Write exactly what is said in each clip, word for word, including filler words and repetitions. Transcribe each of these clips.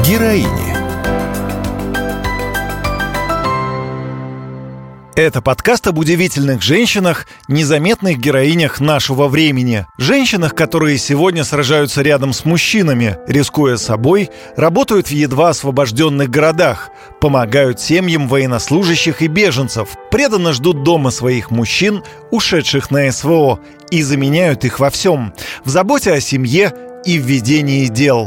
Героини. Это подкаст об удивительных женщинах, незаметных героинях нашего времени. Женщинах, которые сегодня сражаются рядом с мужчинами, рискуя собой, работают в едва освобожденных городах, помогают семьям военнослужащих и беженцев, преданно ждут дома своих мужчин, ушедших на СВО, и заменяют их во всем – в заботе о семье и в ведении дел.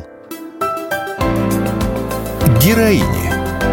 Героини.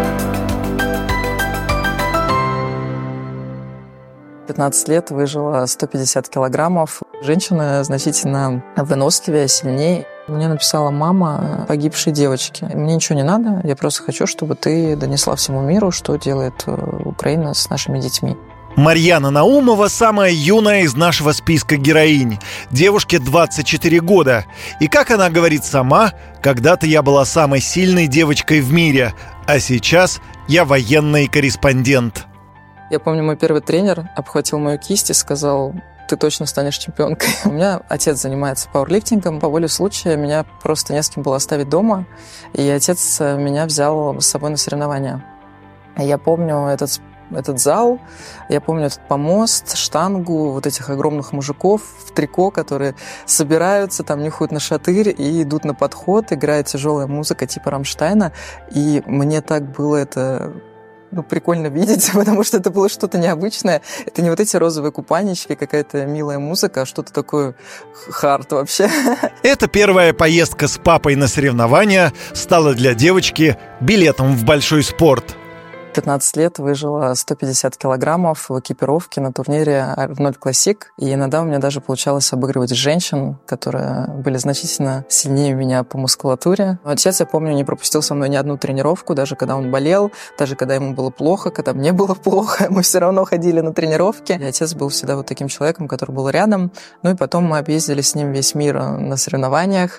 пятнадцать лет, выжила сто пятьдесят килограммов. Женщина значительно выносливее, сильнее. Мне написала мама погибшей девочки. Мне ничего не надо, я просто хочу, чтобы ты донесла всему миру, что делает Украина с нашими детьми. Марьяна Наумова – самая юная из нашего списка героинь. Девушке двадцать четыре года. И как она говорит сама, когда-то я была самой сильной девочкой в мире, а сейчас я военный корреспондент. Я помню, мой первый тренер обхватил мою кисть и сказал: ты точно станешь чемпионкой. У меня отец занимается пауэрлифтингом. По воле случая меня просто не с кем было оставить дома, и отец меня взял с собой на соревнования. Я помню этот, этот зал, я помню этот помост, штангу, вот этих огромных мужиков в трико, которые собираются, там нюхают на шатырь и идут на подход, играет тяжелая музыка типа Рамштайна, и мне так было это... Ну, прикольно видеть, потому что это было что-то необычное. Это не вот эти розовые купальнички, какая-то милая музыка, а что-то такое хард вообще. Эта первая поездка с папой на соревнования стала для девочки билетом в большой спорт. пятнадцать лет, выжила сто пятьдесят килограммов в экипировке на турнире Арнольд Классик. И иногда у меня даже получалось обыгрывать женщин, которые были значительно сильнее меня по мускулатуре. Отец, я помню, не пропустил со мной ни одну тренировку, даже когда он болел, даже когда ему было плохо, когда мне было плохо, мы все равно ходили на тренировки. И отец был всегда вот таким человеком, который был рядом. Ну и потом мы объездили с ним весь мир на соревнованиях.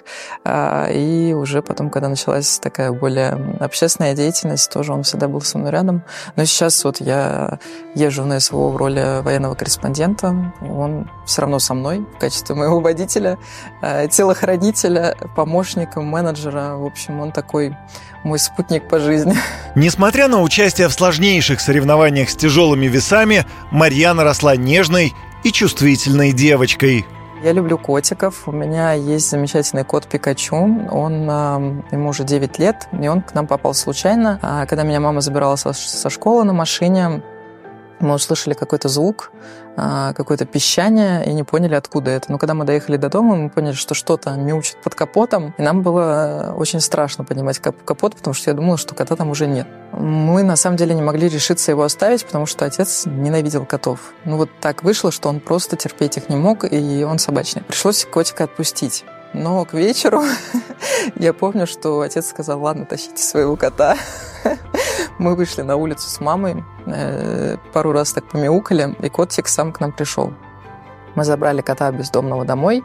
И уже потом, когда началась такая более общественная деятельность, тоже он всегда был со мной рядом. Но сейчас вот я езжу на СВО в роли военного корреспондента, и он все равно со мной в качестве моего водителя, телохранителя, помощника, менеджера. В общем, он такой мой спутник по жизни. Несмотря на участие в сложнейших соревнованиях с тяжелыми весами, Марьяна росла нежной и чувствительной девочкой. Я люблю котиков. У меня есть замечательный кот Пикачу. Он, ему уже девять лет, и он к нам попал случайно. А когда меня мама забирала со, со школы на машине, мы услышали какой-то звук, какое-то пищание, и не поняли, откуда это. Но когда мы доехали до дома, мы поняли, что что-то мяучит под капотом, и нам было очень страшно поднимать капот, потому что я думала, что кота там уже нет. Мы, на самом деле, не могли решиться его оставить, потому что отец ненавидел котов. Ну вот так вышло, что он просто терпеть их не мог, и он собачник. Пришлось котика отпустить. Но к вечеру я помню, что отец сказал: ладно, тащите своего кота. Мы вышли на улицу с мамой, пару раз так помяукали, и котик сам к нам пришел. Мы забрали кота бездомного домой,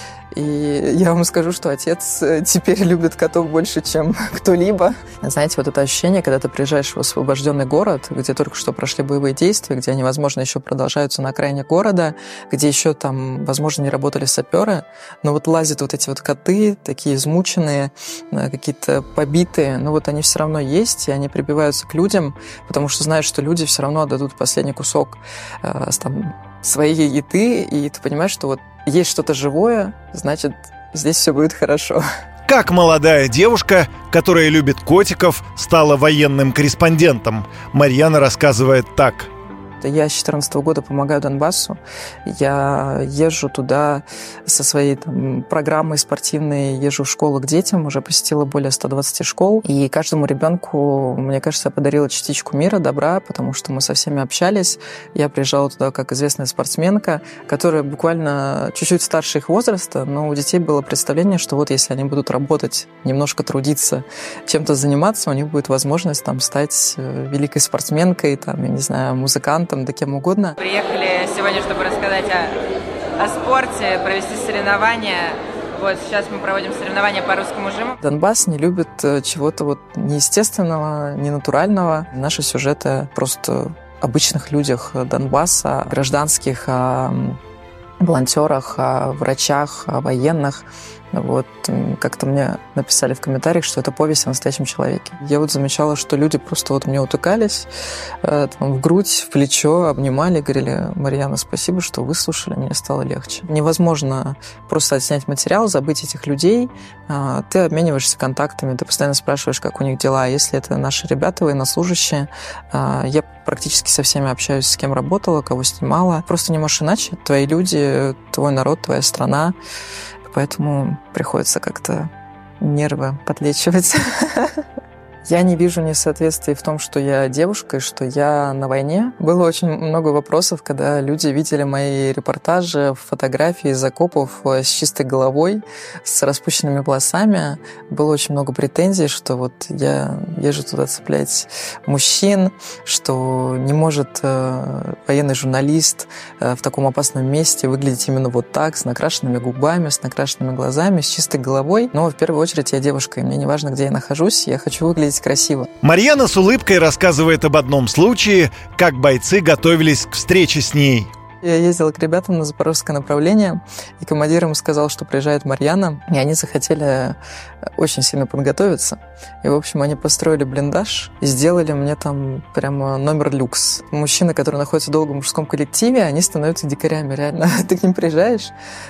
и я вам скажу, что отец теперь любит котов больше, чем кто-либо. Знаете, вот это ощущение, когда ты приезжаешь в освобожденный город, где только что прошли боевые действия, где они, возможно, еще продолжаются на окраине города, где еще там, возможно, не работали саперы, но вот лазят вот эти вот коты, такие измученные, какие-то побитые, но вот они все равно есть, и они прибиваются к людям, потому что знают, что люди все равно отдадут последний кусок там, своей еды, и ты понимаешь, что вот есть что-то живое, значит, здесь все будет хорошо. Как молодая девушка, которая любит котиков, стала военным корреспондентом? Марьяна рассказывает так. Я с две тысячи четырнадцатого года помогаю Донбассу. Я езжу туда со своей там, программой спортивной, езжу в школу к детям, уже посетила более ста двадцати школ. И каждому ребенку, мне кажется, я подарила частичку мира, добра, потому что мы со всеми общались. Я приезжала туда как известная спортсменка, которая буквально чуть-чуть старше их возраста, но у детей было представление, что вот если они будут работать, немножко трудиться, чем-то заниматься, у них будет возможность там, стать великой спортсменкой, там, я не знаю, музыкантом, да кем угодно. Приехали сегодня, чтобы рассказать о, о спорте, провести соревнования. Вот сейчас мы проводим соревнования по русскому жиму. Донбасс не любит чего-то вот неестественного, ненатурального. Наши сюжеты просто обычных людях Донбасса, гражданских, о волонтерах, о врачах, о военных. Вот как-то мне написали в комментариях, что это повесть о настоящем человеке. Я вот замечала, что люди просто вот мне утыкались э, там, в грудь, в плечо, обнимали, говорили: Марьяна, спасибо, что выслушали, мне стало легче. Невозможно просто отснять материал, забыть этих людей. Э, ты обмениваешься контактами, ты постоянно спрашиваешь, как у них дела. Если это наши ребята, военнослужащие, э, я практически со всеми общаюсь, с кем работала, кого снимала. Просто не можешь иначе. Твои люди, твой народ, твоя страна. Поэтому приходится как-то нервы подлечивать. Я не вижу несоответствий в том, что я девушка и что я на войне. Было очень много вопросов, когда люди видели мои репортажи, фотографии из окопов с чистой головой, с распущенными волосами. Было очень много претензий, что вот я езжу туда цеплять мужчин, что не может э, военный журналист э, в таком опасном месте выглядеть именно вот так, с накрашенными губами, с накрашенными глазами, с чистой головой. Но в первую очередь я девушка, и мне не важно, где я нахожусь, я хочу выглядеть красиво. Марьяна с улыбкой рассказывает об одном случае, как бойцы готовились к встрече с ней. Я ездила к ребятам на запорожское направление, и командир им сказал, что приезжает Марьяна, и они захотели очень сильно подготовиться. И, в общем, они построили блиндаж и сделали мне там прямо номер люкс. Мужчины, которые находятся долго в мужском коллективе, они становятся дикарями, реально. Ты к ним приезжаешь,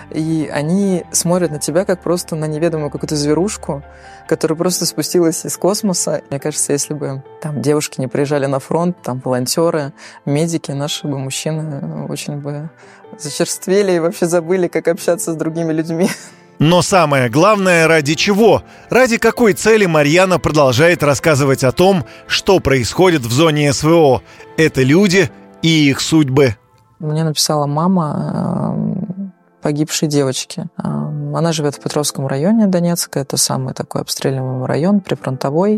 и они смотрят на тебя как просто на неведомую какую-то зверушку, которая просто спустилась из космоса. Мне кажется, если бы там девушки не приезжали на фронт, там волонтеры, медики, наши бы мужчины очень бы зачерствели и вообще забыли, как общаться с другими людьми. Но самое главное, ради чего? Ради какой цели Марьяна продолжает рассказывать о том, что происходит в зоне СВО? Это люди и их судьбы. Мне написала мама погибшей девочки. Она живет в Петровском районе Донецка, это самый такой обстреливаемый район, прифронтовой.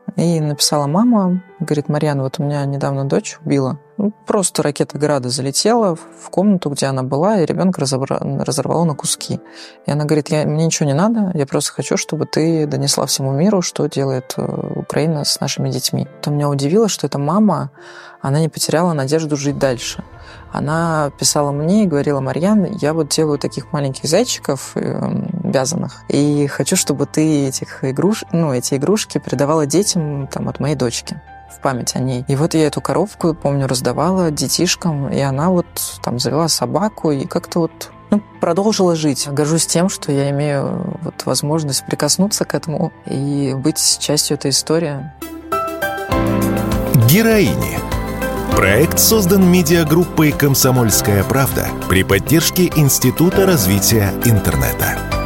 И написала мама, говорит: Марьяна, вот у меня недавно дочь убила. Ну, просто ракета «Града» залетела в комнату, где она была, и ребенка разорвало на куски. И она говорит: я, мне ничего не надо, я просто хочу, чтобы ты донесла всему миру, что делает Украина с нашими детьми. То меня удивило, что эта мама, она не потеряла надежду жить дальше. Она писала мне и говорила: Марьяна, я вот делаю таких маленьких зайчиков э, вязаных, и хочу, чтобы ты этих игруш... ну, эти игрушки передавала детям там, от моей дочки в память о ней. И вот я эту коробку, помню, раздавала детишкам, и она вот там завела собаку и как-то вот ну, продолжила жить. Горжусь тем, что я имею вот возможность прикоснуться к этому и быть частью этой истории. Героини. Проект создан медиагруппой «Комсомольская правда» при поддержке Института развития интернета.